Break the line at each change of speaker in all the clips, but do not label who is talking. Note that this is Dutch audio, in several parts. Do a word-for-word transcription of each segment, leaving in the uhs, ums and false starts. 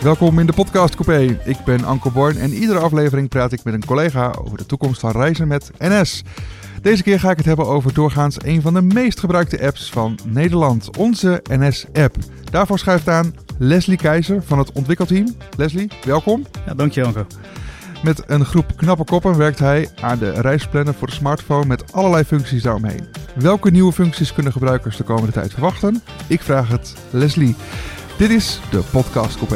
Welkom in de podcast Coupé. Ik ben Anko Born en iedere aflevering praat ik met een collega over de toekomst van reizen met N S. Deze keer ga ik het hebben over doorgaans een van de meest gebruikte apps van Nederland, onze N S-app. Daarvoor schuift aan Leslie Keizer van het ontwikkelteam. Leslie, welkom.
Ja, dank je Anko.
Met een groep knappe koppen werkt hij aan de reisplanner voor de smartphone met allerlei functies daaromheen. Welke nieuwe functies kunnen gebruikers de komende tijd verwachten? Ik vraag het Leslie. Dit is de podcast Coupé.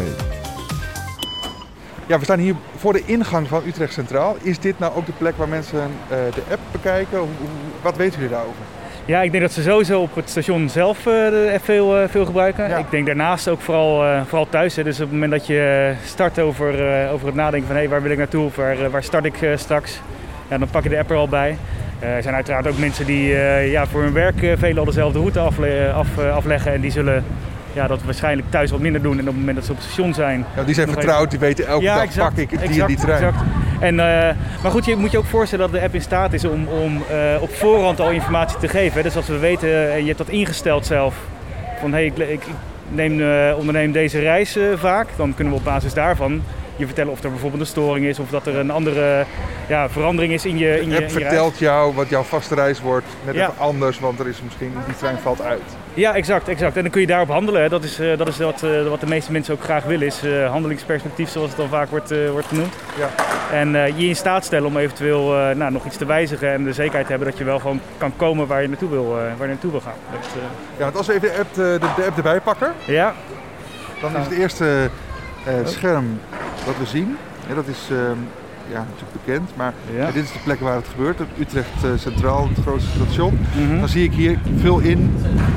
Ja, we staan hier voor de ingang van Utrecht Centraal. Is dit nou ook de plek waar mensen uh, de app bekijken? Hoe, hoe, wat weten jullie daarover?
Ja, ik denk dat ze sowieso op het station zelf uh, de app veel, uh, veel gebruiken. Ja. Ik denk daarnaast ook vooral, uh, vooral thuis. Hè. Dus op het moment dat je start over, uh, over het nadenken van hey, waar wil ik naartoe of waar, uh, waar start ik uh, straks, ja, dan pak je de app er al bij. Uh, er zijn uiteraard ook mensen die uh, ja, voor hun werk uh, veel al dezelfde route afle- af, uh, afleggen en die zullen ja, dat waarschijnlijk thuis wat minder doen en op het moment dat ze op het station zijn.
Ja, die zijn vertrouwd, even... die weten elke
ja,
dag
exact,
pak ik die
exact,
en die trein.
Exact. En, uh, maar goed, je moet je ook voorstellen dat de app in staat is om, om uh, op voorhand al informatie te geven. Dus als we weten, uh, je hebt dat ingesteld zelf, van hey, ik, ik neem, uh, onderneem deze reis uh, vaak, dan kunnen we op basis daarvan je vertellen of er bijvoorbeeld een storing is of dat er een andere ja, verandering is in je, in je,
de app
in je
vertelt
reis.
jou wat jouw vaste reis wordt, net
ja.
even anders, want er is misschien, die trein valt uit.
Ja, exact, exact. En dan kun je daarop handelen. Dat is, uh, dat is wat, uh, wat de meeste mensen ook graag willen, is uh, handelingsperspectief, zoals het dan vaak wordt, uh, wordt genoemd.
Ja.
En uh, je in staat stellen om eventueel uh, nou, nog iets te wijzigen en de zekerheid te hebben dat je wel gewoon kan komen waar je naartoe wil, uh, waar je naartoe wil gaan. Dat, uh...
Ja, want als we even de app, de, de app erbij pakken,
ja.
dan is het eerste uh, scherm wat we zien. Ja, dat is uh, ja, natuurlijk bekend, maar ja. Ja, dit is de plek waar het gebeurt, op Utrecht uh, Centraal, het grootste station. Mm-hmm. Dan zie ik hier vul in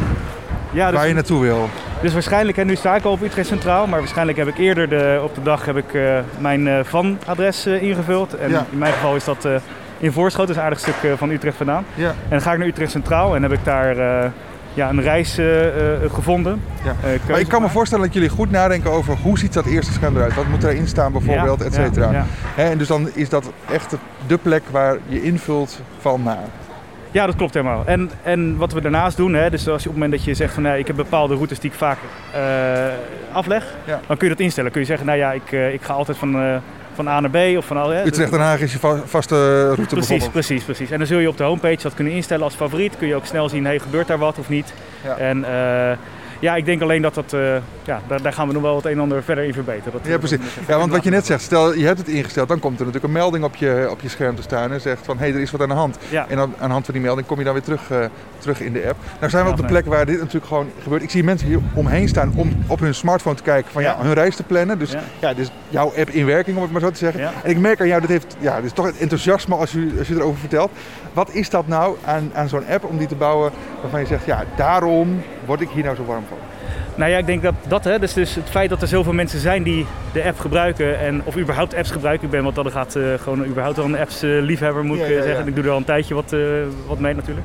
ja, dus, waar je naartoe wil.
Dus waarschijnlijk, en nu sta ik al op Utrecht Centraal, maar waarschijnlijk heb ik eerder de, op de dag heb ik, uh, mijn uh, van-adres uh, ingevuld. En ja. in mijn geval is dat uh, in Voorschoten, dat is een aardig stuk uh, van Utrecht vandaan. Ja. En dan ga ik naar Utrecht Centraal en heb ik daar uh, ja, een reis uh, uh, gevonden.
Ja. Uh, maar ik kan me voorstellen dat jullie goed nadenken over hoe ziet dat eerste scherm eruit? Wat moet erin staan bijvoorbeeld, ja, et cetera. Ja, ja. Hè, en dus dan is dat echt de plek waar je invult van naar.
Ja, dat klopt helemaal. En, en wat we daarnaast doen, hè, dus als je op het moment dat je zegt van nou, ik heb bepaalde routes die ik vaak uh, afleg, ja. dan kun je dat instellen. Kun je zeggen, nou ja, ik, uh, ik ga altijd van, uh, van A naar B of van al.
Utrecht Den Haag is je va- vaste route
precies,
bijvoorbeeld.
Precies, precies. En dan zul je op de homepage dat kunnen instellen als favoriet. Kun je ook snel zien, hey, gebeurt daar wat of niet? Ja. En uh, ja, ik denk alleen dat dat, uh, ja, daar, daar gaan we nog wel het een en ander verder in verbeteren. Dat,
ja, precies. Ja, want wat je net zegt, stel je hebt het ingesteld, dan komt er natuurlijk een melding op je, op je scherm te staan en zegt van hé, hey, er is wat aan de hand. Ja. En dan, aan de hand van die melding kom je dan weer terug, uh, terug in de app. Nou zijn we ja, op de plek waar dit natuurlijk gewoon gebeurt. Ik zie mensen hier omheen staan om op hun smartphone te kijken van ja, ja hun reis te plannen. Dus ja, ja dit is jouw app in werking, om het maar zo te zeggen. Ja. En ik merk aan jou, dit heeft, ja, dit is toch het enthousiasme als je, als je erover vertelt. Wat is dat nou aan, aan zo'n app om die te bouwen waarvan je zegt ja, daarom word ik hier nou zo warm van?
Nou ja, ik denk dat dat, hè, dus, dus het feit dat er zoveel mensen zijn die de app gebruiken en of überhaupt apps gebruiken. Ik ben wat dat gaat uh, gewoon überhaupt wel een apps uh, liefhebber moet ik ja, ja, zeggen. Ja. Ik doe er al een tijdje wat, uh, wat mee natuurlijk.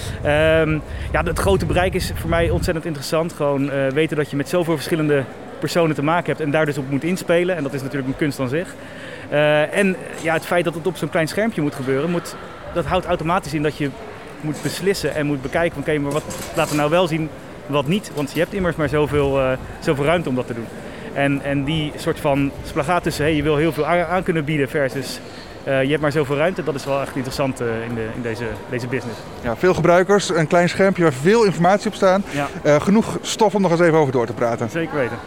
Um, ja, het grote bereik is voor mij ontzettend interessant. Gewoon uh, weten dat je met zoveel verschillende personen te maken hebt en daar dus op moet inspelen. En dat is natuurlijk een kunst aan zich. Uh, en ja, het feit dat het op zo'n klein schermpje moet gebeuren, moet, dat houdt automatisch in dat je moet beslissen en moet bekijken van oké, okay, maar wat laten we nou wel zien. Wat niet, want je hebt immers maar zoveel, uh, zoveel ruimte om dat te doen. En, en die soort van splagaat tussen, hey, je wil heel veel aan, aan kunnen bieden versus uh, je hebt maar zoveel ruimte, dat is wel echt interessant uh, in, de, in deze, deze business.
Ja, veel gebruikers, een klein schermpje waar veel informatie op staan. Ja. Uh, genoeg stof om nog eens even over door te praten.
Zeker weten.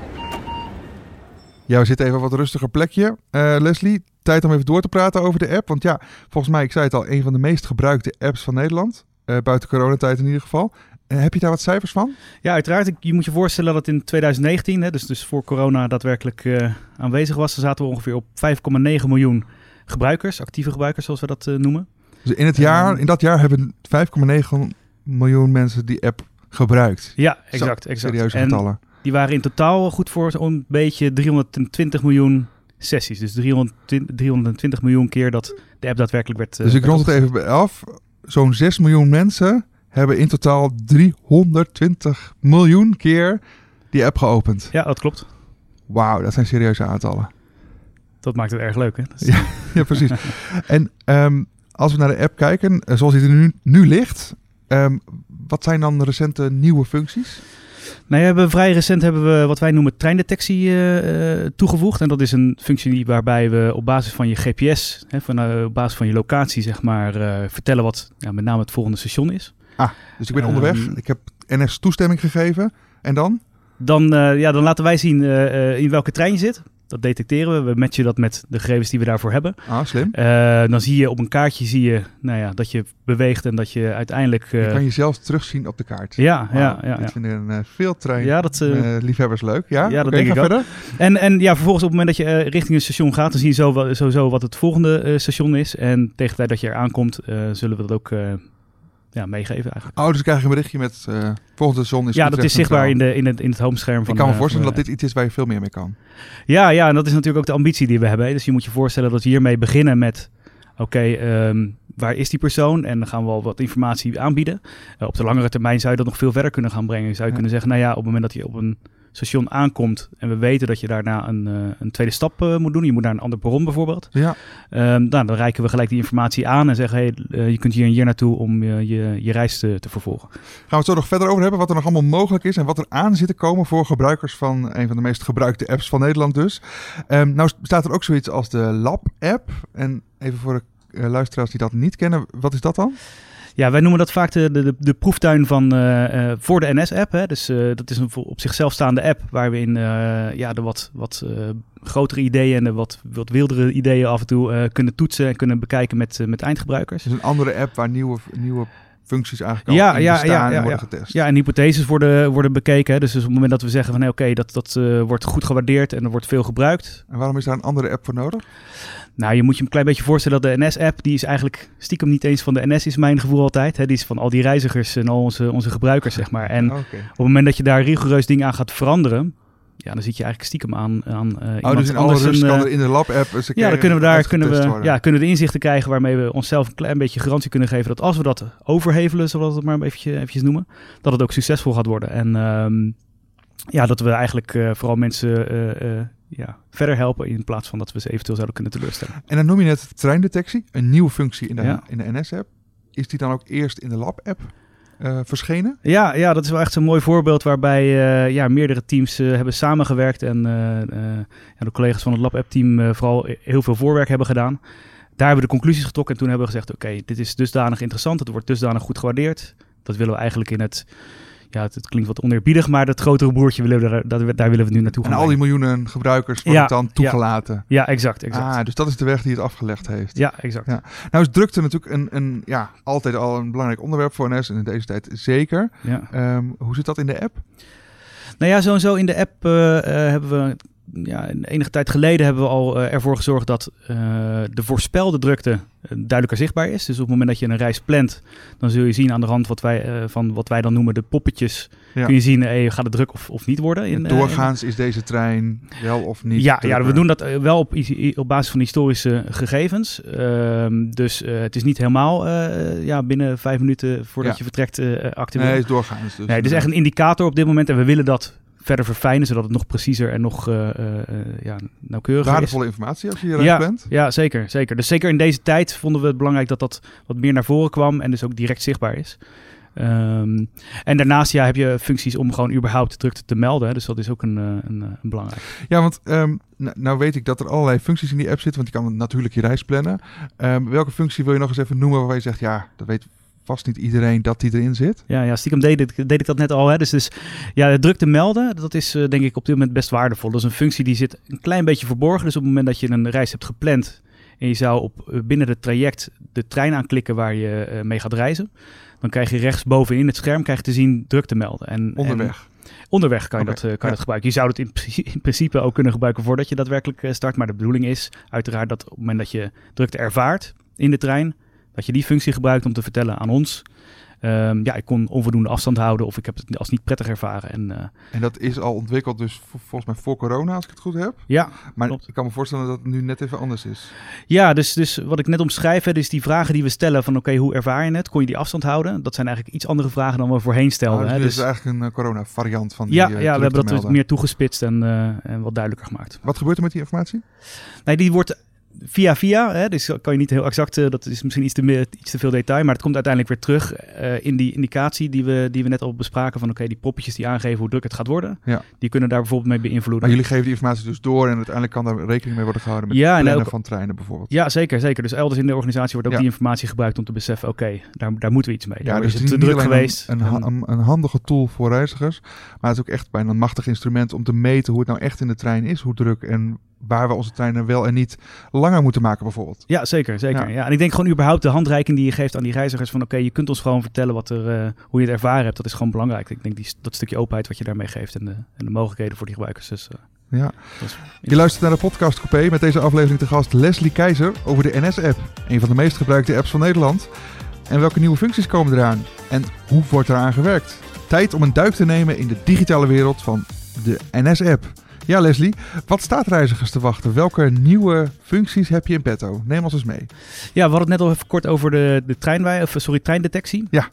Ja, we zitten even op een wat rustiger plekje. Uh, Leslie, tijd om even door te praten over de app. Want ja, volgens mij, ik zei het al, een van de meest gebruikte apps van Nederland. Uh, buiten coronatijd in ieder geval. Uh, heb je daar wat cijfers van?
Ja, uiteraard. Je moet je voorstellen dat in twintig negentien, hè, dus, dus voor corona daadwerkelijk uh, aanwezig was, dan zaten we ongeveer op vijf komma negen miljoen gebruikers, actieve gebruikers zoals we dat uh, noemen.
Dus in, het jaar, um, in dat jaar hebben vijf komma negen miljoen mensen die app gebruikt.
Ja, exact. Zo, exact.
Serieuze
en
getallen.
Die waren in totaal goed voor een beetje driehonderdtwintig miljoen sessies. Dus driehonderdtwintig miljoen keer dat de app daadwerkelijk werd... Uh,
dus ik rond het even af. Zo'n zes miljoen mensen hebben in totaal driehonderdtwintig miljoen keer die app geopend.
Ja, dat klopt.
Wauw, dat zijn serieuze aantallen.
Dat maakt het erg leuk, hè? Dus...
Ja, ja, precies. En um, als we naar de app kijken, zoals die er nu, nu ligt, um, wat zijn dan de recente nieuwe functies?
Nou, we hebben vrij recent hebben we wat wij noemen treindetectie uh, toegevoegd. En dat is een functie die, waarbij we op basis van je G P S, hè, van, uh, op basis van je locatie, zeg maar, uh, vertellen wat ja, met name het volgende station is.
Ah, dus ik ben onderweg. Um, ik heb N S toestemming gegeven. En dan?
Dan, uh, ja, dan laten wij zien uh, uh, in welke trein je zit. Dat detecteren we. We matchen dat met de gegevens die we daarvoor hebben.
Ah, slim.
Uh, dan zie je op een kaartje zie je, nou ja, dat je beweegt en dat je uiteindelijk... Uh...
Je kan jezelf terugzien op de kaart.
Ja,
wow,
ja, ja.
Ik vind een uh, veel trein
ja, dat, uh...
uh, liefhebbers leuk. Ja,
ja dat
okay,
denk ik
verder.
ook. En, en ja, vervolgens op het moment dat je uh, richting een station gaat, dan zie je zo, sowieso wat het volgende uh, station is. En tegen de tijd dat je er aankomt, uh, zullen we dat ook... Uh, Ja, meegeven eigenlijk.
Oh, dus krijg je een berichtje met uh, volgende zon is.
Ja, dat is zichtbaar in, de, in, het, in het homescherm. Van,
ik kan me
uh,
voorstellen
van,
dat dit iets is waar je veel meer mee kan.
Ja, ja, en dat is natuurlijk ook de ambitie die we hebben. Hè. Dus je moet je voorstellen dat we hiermee beginnen met... Oké, okay, um, waar is die persoon? En dan gaan we al wat informatie aanbieden. Uh, op de langere termijn zou je dat nog veel verder kunnen gaan brengen. Zou je ja. kunnen zeggen, nou ja, op het moment dat je op een station aankomt en we weten dat je daarna een, uh, een tweede stap uh, moet doen. Je moet naar een ander perron bijvoorbeeld.
Ja.
Um, nou, dan reiken we gelijk die informatie aan en zeggen, hey, uh, je kunt hier en hier naartoe om uh, je, je reis te, te vervolgen.
Gaan we het zo nog verder over hebben, wat er nog allemaal mogelijk is en wat er aan zit te komen voor gebruikers van een van de meest gebruikte apps van Nederland dus. Um, nou staat er ook zoiets als de Lab-app. En even voor de uh, luisteraars die dat niet kennen, wat is dat dan?
Ja, wij noemen dat vaak de, de, de proeftuin van, uh, uh, voor de N S-app. Hè. Dus uh, dat is een op zichzelf staande app waar we in uh, ja, de wat, wat uh, grotere ideeën en de wat, wat wildere ideeën af en toe uh, kunnen toetsen en kunnen bekijken met, uh, met eindgebruikers.
Dus een andere app waar nieuwe, nieuwe functies eigenlijk
ja,
al in
ja,
bestaan
ja, ja,
en worden
ja.
getest.
Ja, en hypotheses worden, worden bekeken. Hè. Dus, dus op het moment dat we zeggen van hey, oké, okay, dat, dat uh, wordt goed gewaardeerd en er wordt veel gebruikt.
En waarom is daar een andere app voor nodig?
Nou, je moet je een klein beetje voorstellen dat de N S-app, die is eigenlijk stiekem niet eens van de N S, is mijn gevoel altijd. Hè. Die is van al die reizigers en al onze, onze gebruikers, zeg maar. En okay. op het moment dat je daar rigoureus dingen aan gaat veranderen, ja, dan zit je eigenlijk stiekem aan, aan uh,
oh,
iemand
dus in
anders.
alle rust
een,
kan er in de Lab-app
ja, dan kunnen we daar kunnen we, ja, kunnen we de inzichten krijgen waarmee we onszelf een klein beetje garantie kunnen geven dat als we dat overhevelen, zoals we het maar eventjes, eventjes noemen, dat het ook succesvol gaat worden. En um, ja, dat we eigenlijk uh, vooral mensen uh, uh, ja, verder helpen in plaats van dat we ze eventueel zouden kunnen teleurstellen.
En dan noem je net treindetectie, een nieuwe functie in de,
ja.
in de N S-app. Is die dan ook eerst in de Lab-app uh, verschenen?
Ja, ja, dat is wel echt zo'n mooi voorbeeld waarbij uh, ja, meerdere teams uh, hebben samengewerkt en uh, uh, ja, de collega's van het Lab-app-team uh, vooral heel veel voorwerk hebben gedaan. Daar hebben we de conclusies getrokken en toen hebben we gezegd, oké, okay, dit is dusdanig interessant, het wordt dusdanig goed gewaardeerd. Dat willen we eigenlijk in het... Ja, het, het klinkt wat oneerbiedig, maar dat grotere broertje, willen we daar, daar, daar willen we nu naartoe gaan.
En al die miljoenen gebruikers worden ja, dan toegelaten.
Ja, ja, exact, exact.
Ah, dus dat is de weg die het afgelegd heeft.
Ja, exact. Ja.
Nou is drukte natuurlijk een, een, ja, altijd al een belangrijk onderwerp voor N S en in deze tijd zeker. Ja. Um, hoe zit dat in de app?
Nou ja, sowieso in de app uh, uh, hebben we... Ja, enige tijd geleden hebben we al uh, ervoor gezorgd dat uh, de voorspelde drukte uh, duidelijker zichtbaar is. Dus op het moment dat je een reis plant, dan zul je zien aan de hand wat wij, uh, van wat wij dan noemen de poppetjes. Ja. Kun je zien, hey, gaat het druk of, of niet worden? In,
doorgaans
uh,
is deze trein wel of niet
Ja, ja we doen dat uh, wel op, op basis van historische gegevens. Uh, dus uh, het is niet helemaal uh, ja, binnen vijf minuten voordat ja. je vertrekt uh, actueel.
Nee, het is doorgaans. Dus
nee, het is echt een indicator op dit moment en we willen dat verder verfijnen, zodat het nog preciezer en nog uh, uh, ja, nauwkeuriger
Waardevolle
is.
informatie als je hierin
ja,
bent.
Ja, zeker, zeker. Dus zeker in deze tijd vonden we het belangrijk dat dat wat meer naar voren kwam en dus ook direct zichtbaar is. Um, en daarnaast ja, heb je functies om gewoon überhaupt drukte te melden. Hè? Dus dat is ook een, een, een belangrijk.
Ja, want um, nou, nou weet ik dat er allerlei functies in die app zitten, want je kan natuurlijk je reis plannen. Um, welke functie wil je nog eens even noemen waarvan je zegt, ja, dat weet vast niet iedereen dat die erin zit?
Ja, ja stiekem deed ik, deed ik dat net al. Hè? Dus, dus ja, drukte melden, dat is uh, denk ik op dit moment best waardevol. Dat is een functie die zit een klein beetje verborgen. Dus op het moment dat je een reis hebt gepland en je zou op, uh, binnen het traject de trein aanklikken waar je uh, mee gaat reizen, dan krijg je rechtsboven in het scherm krijg je te zien drukte melden. En,
onderweg?
En onderweg kan je, okay, dat, uh, kan
ja.
je dat gebruiken. Je zou het in, in principe ook kunnen gebruiken voordat je daadwerkelijk uh, start. Maar de bedoeling is uiteraard dat op het moment dat je drukte ervaart in de trein, dat je die functie gebruikt om te vertellen aan ons, Um, ja, ik kon onvoldoende afstand houden of ik heb het als niet prettig ervaren. En, uh,
en dat is al ontwikkeld dus v- volgens mij voor corona, als ik het goed heb?
Ja,
maar
klopt.
Ik kan me voorstellen dat het nu net even anders is.
Ja, dus, dus wat ik net omschrijf, hè, dus die vragen die we stellen van oké, okay, hoe ervaar je het? Kon je die afstand houden? Dat zijn eigenlijk iets andere vragen dan we voorheen stelden.
Oh, dus
hè?
dit
dus
is eigenlijk een uh, corona variant van die
Ja,
uh,
ja we hebben dat
melden.
meer toegespitst en, uh, en wat duidelijker gemaakt.
Wat gebeurt er met die informatie?
Nee, die wordt via via, hè, dus kan je niet heel exact, uh, dat is misschien iets te, meer, iets te veel detail, maar het komt uiteindelijk weer terug uh, in die indicatie die we, die we net al bespraken van oké, okay, die poppetjes die aangeven hoe druk het gaat worden, ja. die kunnen daar bijvoorbeeld mee beïnvloeden.
Maar jullie geven die informatie dus door en uiteindelijk kan daar rekening mee worden gehouden met ja, het plannen ook, van treinen bijvoorbeeld.
Ja, zeker, zeker. Dus elders in de organisatie wordt ook ja. die informatie gebruikt om te beseffen, oké, okay, daar, daar moeten we iets mee.
Ja,
daar
dus
is
het
het te druk geweest.
Een, een, een, een handige tool voor reizigers, maar het is ook echt bijna een machtig instrument om te meten hoe het nou echt in de trein is, hoe druk en waar we onze treinen wel en niet langer moeten maken bijvoorbeeld.
Ja, zeker. zeker. Ja. Ja, en ik denk gewoon überhaupt de handreiking die je geeft aan die reizigers van oké, okay, je kunt ons gewoon vertellen wat er, uh, hoe je het ervaren hebt. Dat is gewoon belangrijk. Ik denk die, dat stukje openheid wat je daarmee geeft en de, en de mogelijkheden voor die gebruikers. Dus, uh,
ja. Je luistert naar de podcast Coupé met deze aflevering te gast Leslie Keizer over de N S-app. Een van de meest gebruikte apps van Nederland. En welke nieuwe functies komen eraan? En hoe wordt eraan gewerkt? Tijd om een duik te nemen in de digitale wereld van de N S-app. Ja, Leslie, wat staat reizigers te wachten? Welke nieuwe functies heb je in petto? Neem ons eens mee.
Ja, we hadden het net al even kort over de, de treinwij, of sorry, treindetectie.
Ja.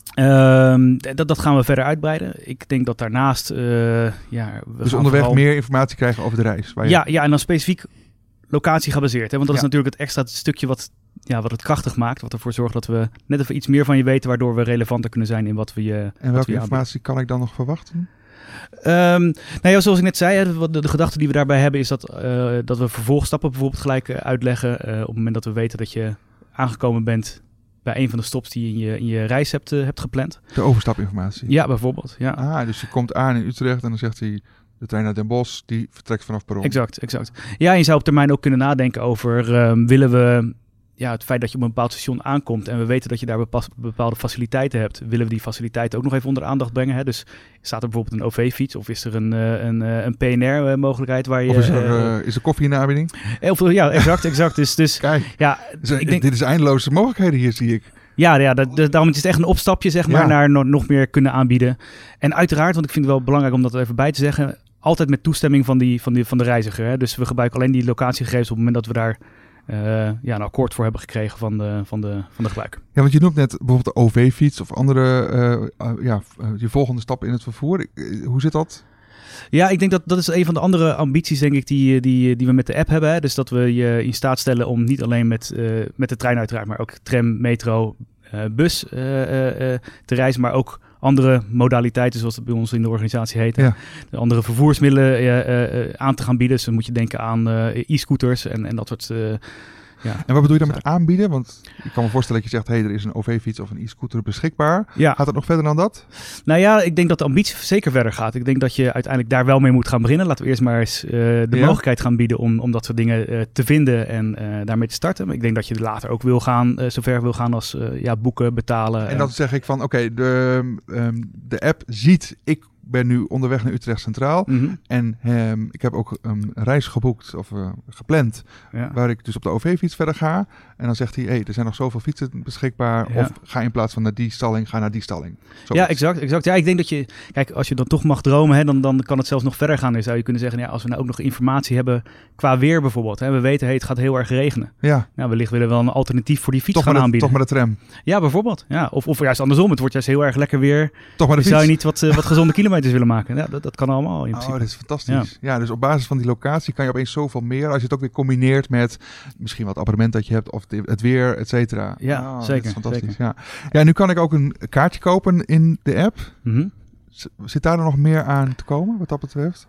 Um, dat, dat gaan we verder uitbreiden. Ik denk dat daarnaast... Uh, ja, we
dus
gaan
onderweg
vooral...
meer informatie krijgen over de reis? Waar je...
ja, ja, en dan specifiek locatie gebaseerd. Hè? Want dat
ja.
is natuurlijk het extra stukje wat, ja, wat het krachtig maakt. Wat ervoor zorgt dat we net even iets meer van je weten, waardoor we relevanter kunnen zijn in wat we je
En welke informatie kan ik dan nog verwachten?
Um, nou ja, zoals ik net zei, hè, de, de gedachte die we daarbij hebben is dat, uh, dat we vervolgstappen bijvoorbeeld gelijk uh, uitleggen. Uh, op het moment dat we weten dat je aangekomen bent bij een van de stops die je in je, in je reis hebt, uh, hebt gepland.
De overstapinformatie?
Ja, bijvoorbeeld. Ja.
Ah, dus je komt aan in Utrecht en dan zegt hij de trein naar Den Bosch, die vertrekt vanaf perron.
Exact, exact. Ja, je zou op termijn ook kunnen nadenken over um, willen we... Ja, het feit dat je op een bepaald station aankomt en we weten dat je daar bepas, bepaalde faciliteiten hebt, willen we die faciliteiten ook nog even onder de aandacht brengen. Hè? Dus staat er bijvoorbeeld een O V-fiets of is er een, een, een P N R-mogelijkheid waar je...
Of is er, uh, is er koffie in de aanbieding?
Of, ja, exact, exact. Dus, dus,
Kijk,
ja,
dus, ik denk, dit is eindeloze mogelijkheden hier, zie ik.
Ja, ja dat, dat, daarom is het echt een opstapje zeg maar, ja. naar no, nog meer kunnen aanbieden. En uiteraard, want ik vind het wel belangrijk om dat er even bij te zeggen, altijd met toestemming van, die, van, die, van de reiziger. Hè? Dus we gebruiken alleen die locatiegegevens op het moment dat we daar... Uh, ja, een akkoord voor hebben gekregen van de, van de, van de gebruiker.
Ja, want je noemt net bijvoorbeeld de O V-fiets of andere, uh, uh, ja, uh, je volgende stappen in het vervoer. Uh, hoe zit dat?
Ja, ik denk dat dat is een van de andere ambities, denk ik, die, die, die we met de app hebben. Hè? Dus dat we je in staat stellen om niet alleen met, uh, met de trein uiteraard, maar ook tram, metro, uh, bus uh, uh, uh, te reizen, maar ook andere modaliteiten, zoals het bij ons in de organisatie heet.
Ja.
De andere vervoersmiddelen uh, uh, aan te gaan bieden. Dus dan moet je denken aan uh, e-scooters en, en dat soort... Uh, ja.
En wat bedoel je dan met aanbieden? Want ik kan me voorstellen dat je zegt, hé, hey, er is een O V-fiets of een e-scooter beschikbaar. Ja. Gaat dat nog verder dan dat?
Nou ja, ik denk dat de ambitie zeker verder gaat. Ik denk dat je uiteindelijk daar wel mee moet gaan beginnen. Laten we eerst maar eens uh, de ja. mogelijkheid gaan bieden om, om dat soort dingen uh, te vinden en uh, daarmee te starten. Maar ik denk dat je later ook wil gaan, uh, zover wil gaan als uh, ja, boeken, betalen.
En dan zeg ik van, oké, okay, de, um, de app ziet, ik ben nu onderweg naar Utrecht Centraal. Mm-hmm. En um, ik heb ook een reis geboekt of uh, gepland, ja. waar ik dus op de O V-fiets verder ga. En dan zegt hij, hé, hey, er zijn nog zoveel fietsen beschikbaar. Ja. Of ga in plaats van naar die stalling, ga naar die stalling. Zo
ja, exact, exact. Ja, ik denk dat je, kijk, als je dan toch mag dromen, hè, dan, dan kan het zelfs nog verder gaan. Dan zou je kunnen zeggen, ja, als we nou ook nog informatie hebben qua weer bijvoorbeeld. Hè, we weten, hey, het gaat heel erg regenen.
Ja.
Nou, wellicht willen we wel een alternatief voor die fiets
toch
gaan
maar de,
aanbieden.
Toch maar de tram.
Ja, bijvoorbeeld. Ja, of, of juist andersom, het wordt juist heel erg lekker weer.
Toch maar de fiets.
Zou je niet wat, uh, wat gezonde kilometers willen maken? Ja, dat, dat kan allemaal in principe.
Oh, dat is fantastisch. Ja. ja, dus op basis van die locatie kan je opeens zoveel meer. Als je het ook weer combineert met misschien wat abonnement dat je hebt of het weer, et cetera.
Ja, oh, zeker.
Dat is fantastisch. Ja. ja, nu kan ik ook een kaartje kopen in de app. Mm-hmm. Zit daar nog meer aan te komen wat dat betreft?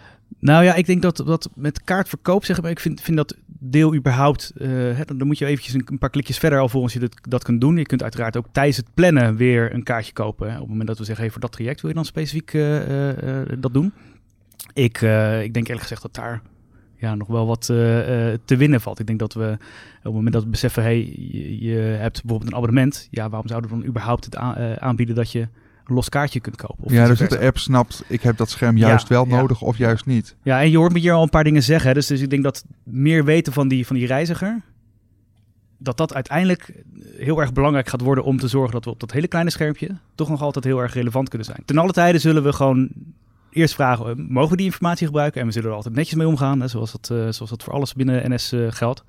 Nou ja, ik denk dat, dat met kaartverkoop, zeg maar, ik vind, vind dat deel überhaupt, uh, hè, dan, dan moet je eventjes een, een paar klikjes verder alvorens je dat, dat kunt doen. Je kunt uiteraard ook tijdens het plannen weer een kaartje kopen. Hè. Op het moment dat we zeggen, hey, voor dat traject wil je dan specifiek uh, uh, dat doen. Ik, uh, ik denk eerlijk gezegd dat daar ja, nog wel wat uh, uh, te winnen valt. Ik denk dat we op het moment dat we beseffen, hey, je, je hebt bijvoorbeeld een abonnement. Ja, waarom zouden we dan überhaupt het aan, uh, aanbieden dat je een los kaartje kunt kopen? Of
ja, dus dat de app snapt, ik heb dat scherm juist ja, wel ja. nodig of juist niet.
Ja, en je hoort me hier al een paar dingen zeggen. Hè? Dus, dus ik denk dat meer weten van die, van die reiziger, dat dat uiteindelijk heel erg belangrijk gaat worden om te zorgen dat we op dat hele kleine schermpje toch nog altijd heel erg relevant kunnen zijn. Ten alle tijde zullen we gewoon eerst vragen, mogen we die informatie gebruiken? En we zullen er altijd netjes mee omgaan, hè, zoals, dat, uh, zoals dat voor alles binnen N S uh, geldt.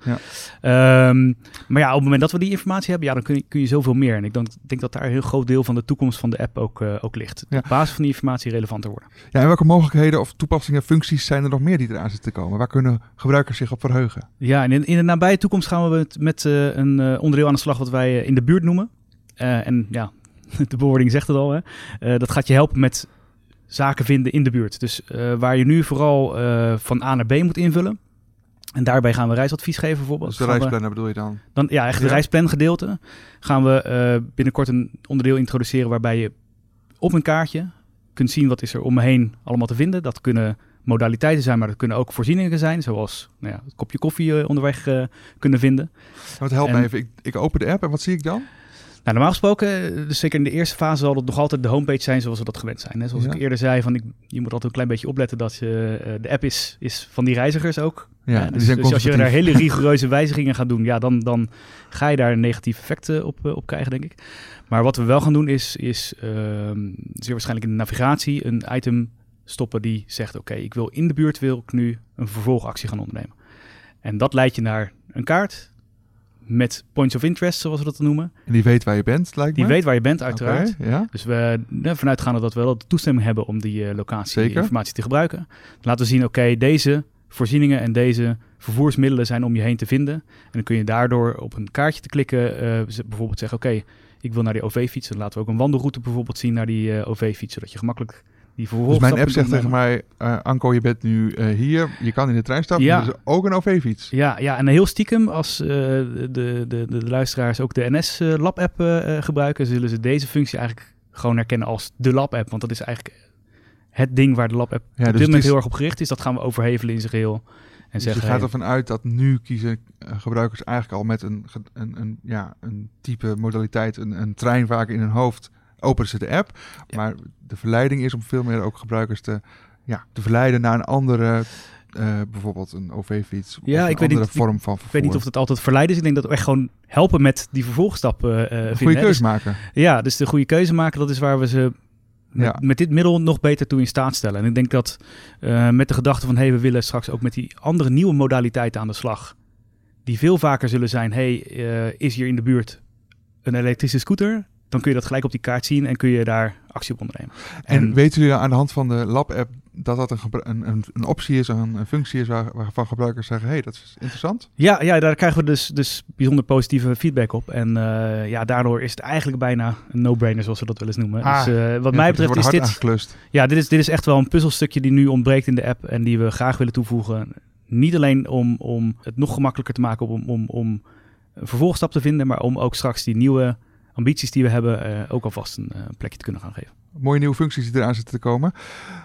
Ja. Um, maar ja, op het moment dat we die informatie hebben, ja, dan kun je, kun je zoveel meer. En ik denk, denk dat daar een heel groot deel van de toekomst van de app ook, uh, ook ligt. Ja. Op basis van die informatie relevanter worden.
Ja, en welke mogelijkheden of toepassingen, functies zijn er nog meer die eraan zitten te komen? Waar kunnen gebruikers zich op verheugen?
Ja, en in, in de nabije toekomst gaan we met, met uh, een uh, onderdeel aan de slag wat wij uh, in de buurt noemen. Uh, en ja, de bewoording zegt het al, hè. Uh, dat gaat je helpen met zaken vinden in de buurt. Dus uh, waar je nu vooral uh, van A naar B moet invullen. En daarbij gaan we reisadvies geven bijvoorbeeld.
Dus de reisplanner bedoel je dan?
dan ja, echt de ja. reisplangedeelte. Gaan we uh, binnenkort een onderdeel introduceren waarbij je op een kaartje kunt zien wat is er om me heen allemaal te vinden. Dat kunnen modaliteiten zijn, maar dat kunnen ook voorzieningen zijn. Zoals nou ja, een kopje koffie uh, onderweg uh, kunnen vinden.
Wat helpt en, me even. Ik, ik open de app en wat zie ik dan?
Nou, normaal gesproken, dus zeker in de eerste fase zal het nog altijd de homepage zijn zoals we dat gewend zijn. Hè? Zoals ja. ik eerder zei, van ik, je moet altijd een klein beetje opletten dat je, uh, de app is, is van die reizigers ook.
Ja,
uh, dus dus als je daar hele rigoureuze wijzigingen gaat doen, ja, dan, dan ga je daar een negatief effect uh, op, uh, op krijgen, denk ik. Maar wat we wel gaan doen is, is uh, zeer waarschijnlijk in de navigatie een item stoppen die zegt, oké, okay, ik wil in de buurt wil ik nu een vervolgactie gaan ondernemen. En dat leidt je naar een kaart met points of interest, zoals we dat noemen.
En die weet waar je bent, lijkt
die
me?
Die weet waar je bent, uiteraard.
Okay, ja.
Dus we vanuit gaan dat we wel de toestemming hebben om die uh, locatie die informatie te gebruiken. Dan laten we zien, oké, okay, deze voorzieningen en deze vervoersmiddelen zijn om je heen te vinden. En dan kun je daardoor op een kaartje te klikken, uh, bijvoorbeeld zeggen, oké, okay, ik wil naar die O V-fiets. Dan laten we ook een wandelroute bijvoorbeeld zien naar die uh, O V-fiets, zodat je gemakkelijk die
Dus mijn app zegt tegen mij, uh, Anko, je bent nu uh, hier, je kan in de trein stappen, ja. Dus ook een O V-fiets.
Ja, ja, en heel stiekem, als uh, de, de, de, de luisteraars ook de N S uh, Lab-app uh, gebruiken, zullen ze deze functie eigenlijk gewoon herkennen als de Lab-app. Want dat is eigenlijk het ding waar de Lab-app ja, op dus dit moment is heel erg op gericht is. Dat gaan we overhevelen in zijn geheel. En
dus
zeggen,
je gaat
hey,
ervan uit dat nu kiezen uh, gebruikers eigenlijk al met een, een, een, ja, een type modaliteit, een, een trein vaak in hun hoofd, openen ze de app. Ja. Maar de verleiding is om veel meer ook gebruikers te, ja, te verleiden naar een andere, uh, bijvoorbeeld een O V-fiets.
Ja,
of
ik
een
weet
andere
niet,
vorm
ik,
van vervoer.
Ik weet niet of het altijd verleiden is. Ik denk dat we echt gewoon helpen met die vervolgstappen uh, vinden.
Goede keuze
dus,
maken.
Ja, dus de goede keuze maken, dat is waar we ze met, ja. met dit middel nog beter toe in staat stellen. En ik denk dat uh, met de gedachte van, hé, hey, we willen straks ook met die andere nieuwe modaliteiten aan de slag, die veel vaker zullen zijn, hé, hey, uh, is hier in de buurt een elektrische scooter? Dan kun je dat gelijk op die kaart zien en kun je daar actie op ondernemen.
En, en weten jullie aan de hand van de Lab-app dat dat een, een, een, een optie is, een, een functie is waar, waarvan gebruikers zeggen, hé, hey, dat is interessant?
Ja, ja, daar krijgen we dus, dus bijzonder positieve feedback op. En uh, ja, daardoor is het eigenlijk bijna een no-brainer, zoals we dat wel eens noemen.
Ah,
dus uh, wat
ja,
mij betreft is dit,
aangeklust.
Ja, dit is, dit is echt wel een puzzelstukje die nu ontbreekt in de app en die we graag willen toevoegen. Niet alleen om, om het nog gemakkelijker te maken om, om, om een vervolgstap te vinden, maar om ook straks die nieuwe ambities die we hebben uh, ook alvast een uh, plekje te kunnen gaan geven.
Mooie nieuwe functies die eraan zitten te komen.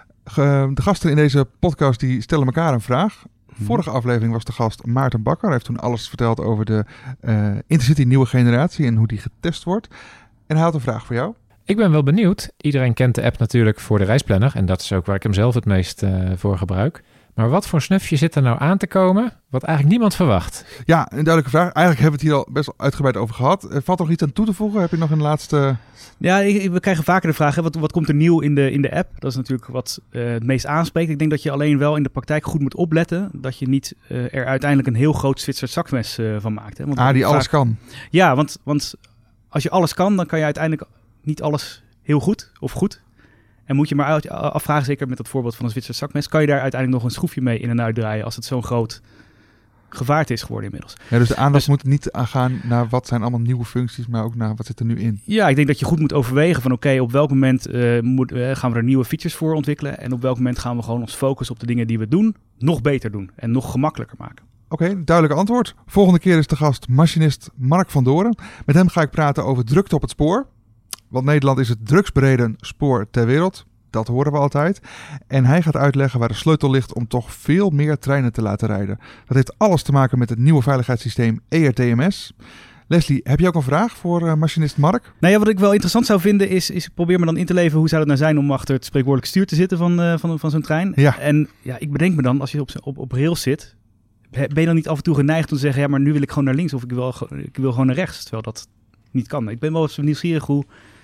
Ge, de gasten in deze podcast die stellen elkaar een vraag. Vorige aflevering was de gast Maarten Bakker. Hij heeft toen alles verteld over de uh, Intercity nieuwe generatie en hoe die getest wordt. En hij had een vraag voor jou.
Ik ben wel benieuwd. Iedereen kent de app natuurlijk voor de reisplanner. En dat is ook waar ik hem zelf het meest uh, voor gebruik. Maar wat voor snufje zit er nou aan te komen wat eigenlijk niemand verwacht?
Ja, een duidelijke vraag. Eigenlijk hebben we het hier al best uitgebreid over gehad. Valt er nog iets aan toe te voegen? Heb je nog een laatste...
Ja, we krijgen vaker de vraag, hè, wat, wat komt er nieuw in de, in de app? Dat is natuurlijk wat uh, het meest aanspreekt. Ik denk dat je alleen wel in de praktijk goed moet opletten dat je niet uh, er uiteindelijk een heel groot Zwitsers zakmes uh, van maakt. Hè? Want
ah, die
vaak...
alles kan.
Ja, want, want als je alles kan, dan kan je uiteindelijk niet alles heel goed of goed. En moet je maar afvragen, zeker met dat voorbeeld van een Zwitsers zakmes, kan je daar uiteindelijk nog een schroefje mee in en uit draaien als het zo'n groot gevaarte is geworden inmiddels.
Ja, dus de aandacht dus, moet niet gaan naar wat zijn allemaal nieuwe functies, maar ook naar wat zit er nu in.
Ja, ik denk dat je goed moet overwegen van oké, okay, op welk moment uh, moet, uh, gaan we er nieuwe features voor ontwikkelen en op welk moment gaan we gewoon ons focussen op de dingen die we doen, nog beter doen en nog gemakkelijker maken.
Oké, okay, duidelijk antwoord. Volgende keer is de gast machinist Mark van Doren. Met hem ga ik praten over drukte op het spoor. Want Nederland is het drugsbereden spoor ter wereld. Dat horen we altijd. En hij gaat uitleggen waar de sleutel ligt om toch veel meer treinen te laten rijden. Dat heeft alles te maken met het nieuwe veiligheidssysteem E R T M S. Leslie, heb je ook een vraag voor uh, machinist Mark?
Nou ja, wat ik wel interessant zou vinden is, is probeer me dan in te leven hoe zou het nou zijn om achter het spreekwoordelijk stuur te zitten van, uh, van, van zo'n trein.
Ja.
En ja, ik bedenk me dan, als je op, op, op rails zit, ben je dan niet af en toe geneigd om te zeggen, ja, maar nu wil ik gewoon naar links of ik wil, ik wil gewoon naar rechts, terwijl dat niet kan. Ik ben wel eens nieuwsgierig hoe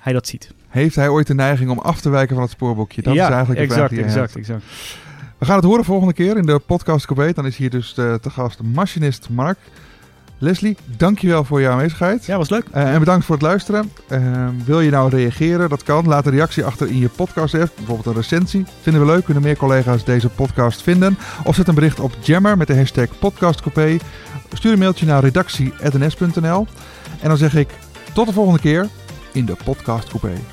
hij dat ziet.
Heeft hij ooit de neiging om af te wijken van het spoorboekje? Dat
ja,
is eigenlijk de
exact,
vraag die je
exact,
hebt.
exact.
We gaan het horen volgende keer in de podcast Coupé. Dan is hier dus de, te gast machinist Mark. Leslie, dankjewel voor je aanwezigheid.
Ja, was leuk.
Uh, en bedankt voor het luisteren. Uh, wil je nou reageren? Dat kan. Laat een reactie achter in je podcast app. Bijvoorbeeld een recensie. Vinden we leuk. Kunnen meer collega's deze podcast vinden. Of zet een bericht op Jammer met de hashtag podcastcoupé. Stuur een mailtje naar redactie apenstaartje n s punt n l. En dan zeg ik tot de volgende keer in de podcast Coupé.